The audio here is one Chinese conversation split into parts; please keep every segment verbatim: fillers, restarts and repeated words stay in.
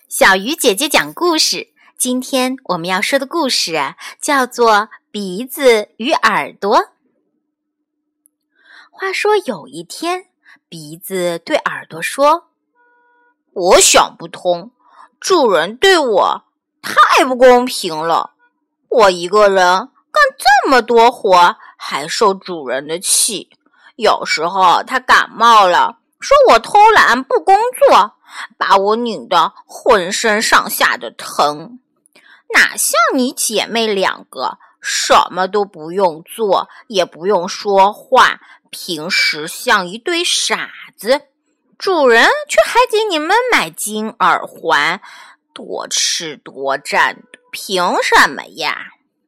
小鱼姐姐讲故事。今天我们要说的故事啊，叫做《鼻子与耳朵》。话说有一天，鼻子对耳朵说：“ 我想不通，主人对我太不公平了。我一个人干这么多活，还受主人的气。有时候他感冒了，说我偷懒不工作，把我拧得浑身上下的疼。哪像你姐妹两个，什么都不用做，也不用说话，平时像一对傻子，主人却还给你们买金耳环，多吃多占，凭什么呀？”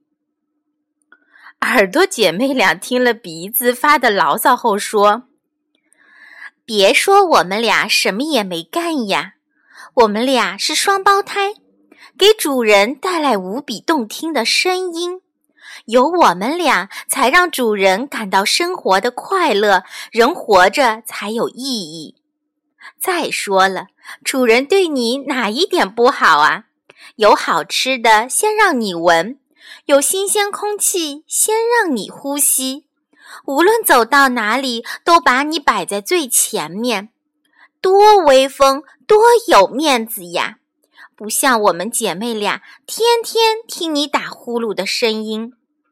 耳朵姐妹俩听了鼻子发的牢骚后说：“别说我们俩什么也没干呀，我们俩是双胞胎，给主人带来无比动听的声音，有我们俩才让主人感到生活的快乐，人活着才有意义。再说了，主人对你哪一点不好啊？有好吃的先让你闻，有新鲜空气先让你呼吸，无论走到哪里都把你摆在最前面，多威风，多有面子呀！不像我们姐妹俩天天听你打呼噜的声音。”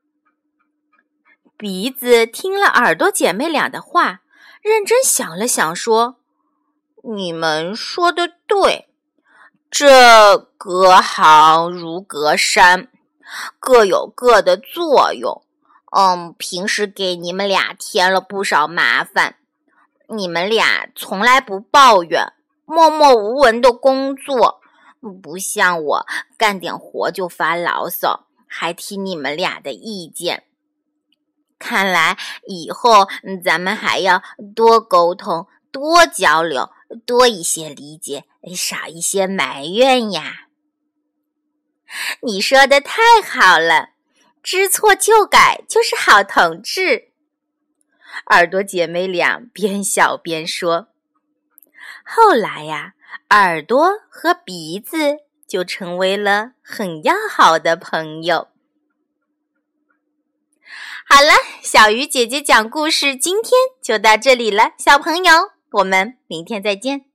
鼻子听了耳朵姐妹俩的话，认真想了想说：“ 你们说的对，这隔行如隔山，各有各的作用。嗯，平时给你们俩添了不少麻烦，你们俩从来不抱怨，默默无闻的工作，不像我干点活就发牢骚，还听你们俩的意见。看来以后咱们还要多沟通，多交流，多一些理解，少一些埋怨呀。” 你说的太好了，知错就改就是好同志。耳朵姐妹俩边笑边说。后来呀、啊，耳朵和鼻子就成为了很要好的朋友。好了，小鱼姐姐讲故事今天就到这里了，小朋友，我们明天再见。